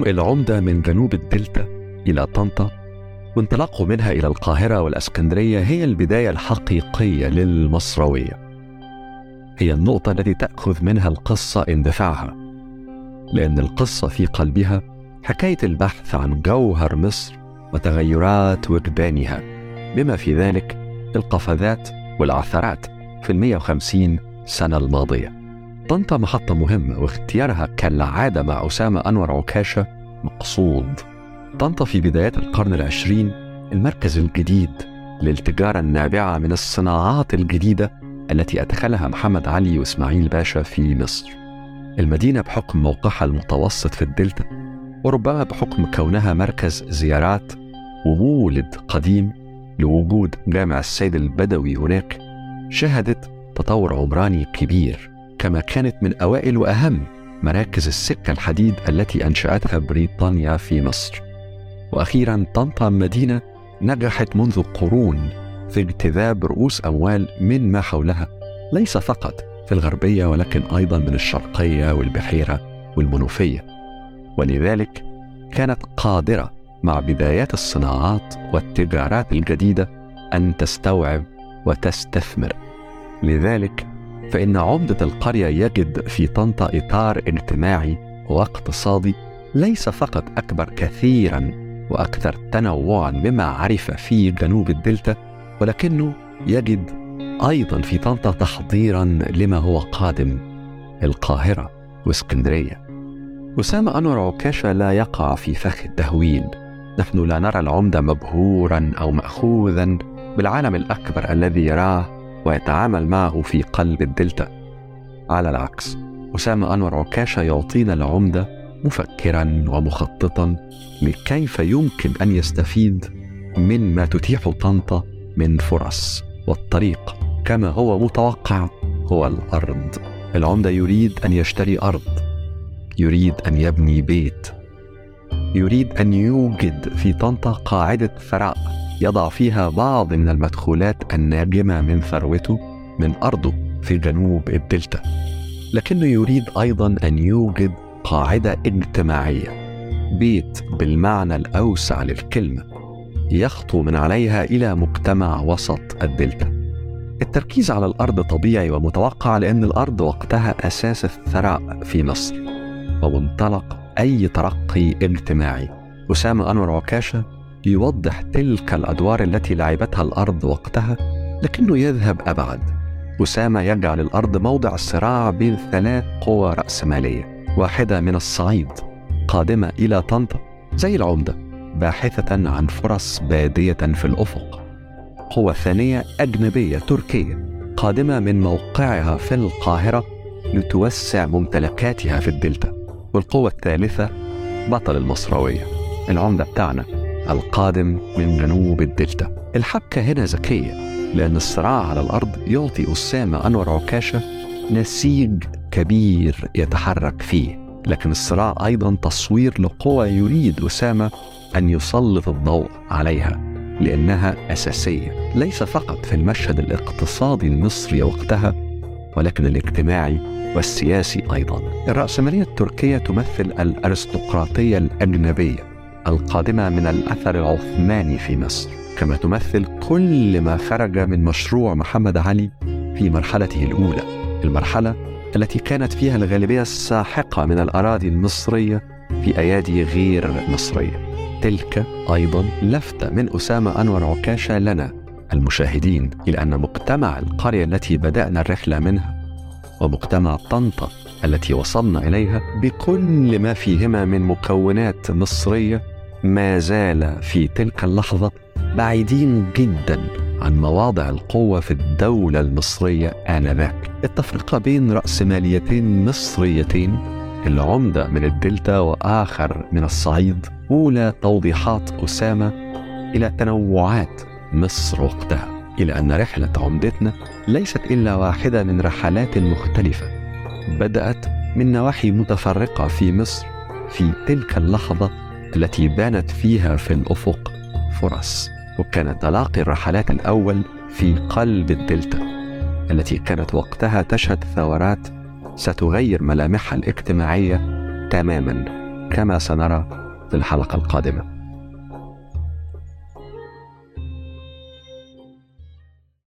العمدة من جنوب الدلتا إلى طنطا وانطلاقه منها إلى القاهرة والإسكندرية هي البداية الحقيقية للمصروية. هي النقطة التي تأخذ منها القصة اندفاعها، لأن القصة في قلبها حكاية البحث عن جوهر مصر وتغيرات وجدانها، بما في ذلك القفزات والعثرات في 150 سنة الماضية. طنطا محطة مهمة، واختيارها كالعادة مع أسامة أنور عكاشة مقصود. طنطا في بدايات القرن العشرين المركز الجديد للتجارة النابعة من الصناعات الجديدة التي أدخلها محمد علي وإسماعيل باشا في مصر. المدينة بحكم موقعها المتوسط في الدلتا، وربما بحكم كونها مركز زيارات ومولد قديم لوجود جامع السيد البدوي هناك، شهدت تطور عمراني كبير، كما كانت من أوائل وأهم مراكز السكة الحديد التي أنشأتها بريطانيا في مصر. وأخيراً طنطا مدينة نجحت منذ قرون في اجتذاب رؤوس أموال من ما حولها، ليس فقط في الغربية ولكن أيضاً من الشرقية والبحيرة والمنوفية، ولذلك كانت قادرة مع بدايات الصناعات والتجارات الجديدة أن تستوعب وتستثمر. لذلك فإن عمدة القرية يجد في طنطا إطار اجتماعي واقتصادي ليس فقط أكبر كثيراً وأكثر تنوعاً مما عرف في جنوب الدلتا، ولكنه يجد أيضاً في طنطا تحضيراً لما هو قادم، القاهرة واسكندرية. أسامة أنور عكاشة لا يقع في فخ التهويل. نحن لا نرى العمدة مبهوراً أو مأخوذاً بالعالم الأكبر الذي يراه ويتعامل معه في قلب الدلتا. على العكس، أسامة أنور عكاشة يعطينا العمدة مفكراً ومخططاً لكيف يمكن أن يستفيد من ما تتيح طنطا من فرص. والطريق كما هو متوقع هو الأرض. العمدة يريد أن يشتري أرض، يريد أن يبني بيت، يريد أن يوجد في طنطا قاعدة ثراء يضع فيها بعض من المدخولات الناجمة من ثروته من أرضه في جنوب الدلتا، لكنه يريد أيضا أن يوجد قاعدة اجتماعية، بيت بالمعنى الأوسع للكلمة، يخطو من عليها إلى مجتمع وسط الدلتا. التركيز على الأرض طبيعي ومتوقع، لأن الأرض وقتها أساس الثراء في مصر ومنطلق أي ترقي اجتماعي. أسامة أنور عكاشة يوضح تلك الأدوار التي لعبتها الأرض وقتها، لكنه يذهب أبعد. أسامة يجعل الأرض موضع صراع بين ثلاث قوى رأسمالية، واحدة من الصعيد قادمة إلى طنطا زي العمدة باحثة عن فرص بادية في الأفق، قوة ثانية أجنبية تركية قادمة من موقعها في القاهرة لتوسع ممتلكاتها في الدلتا، والقوة الثالثة بطل المصروية العمدة بتاعنا القادم من جنوب الدلتا. الحبكة هنا ذكية، لأن الصراع على الأرض يعطي أسامة أنور عكاشة نسيج كبير يتحرك فيه، لكن الصراع أيضا تصوير لقوة يريد أسامة أن يسلط الضوء عليها، لأنها أساسية ليس فقط في المشهد الاقتصادي المصري وقتها، ولكن الاجتماعي والسياسي أيضا. الرأسمالية التركية تمثل الأرستقراطية الأجنبية القادمة من الأثر العثماني في مصر، كما تمثل كل ما خرج من مشروع محمد علي في مرحلته الأولى، المرحلة التي كانت فيها الغالبية الساحقة من الأراضي المصرية في أيادي غير مصرية. تلك أيضا لفتة من أسامة أنور عكاشة لنا المشاهدين إلى أن مجتمع القرية التي بدأنا الرحلة منها ومجتمع طنطا التي وصلنا إليها بكل ما فيهما من مكونات مصرية ما زال في تلك اللحظة بعيدين جدا عن مواضع القوة في الدولة المصرية آنذاك. التفرقة بين رأسماليتين مصريتين، العمدة من الدلتا وآخر من الصعيد، أولى توضيحات أسامة إلى تنوعات مصر وقتها، إلى أن رحلة عمدتنا ليست إلا واحدة من رحلات مختلفة بدأت من نواحي متفرقة في مصر في تلك اللحظة التي بانت فيها في الأفق فرص. وكان تلاقي الرحلات الأول في قلب الدلتا التي كانت وقتها تشهد ثورات ستغير ملامحها الاجتماعية تماما، كما سنرى في الحلقة القادمة.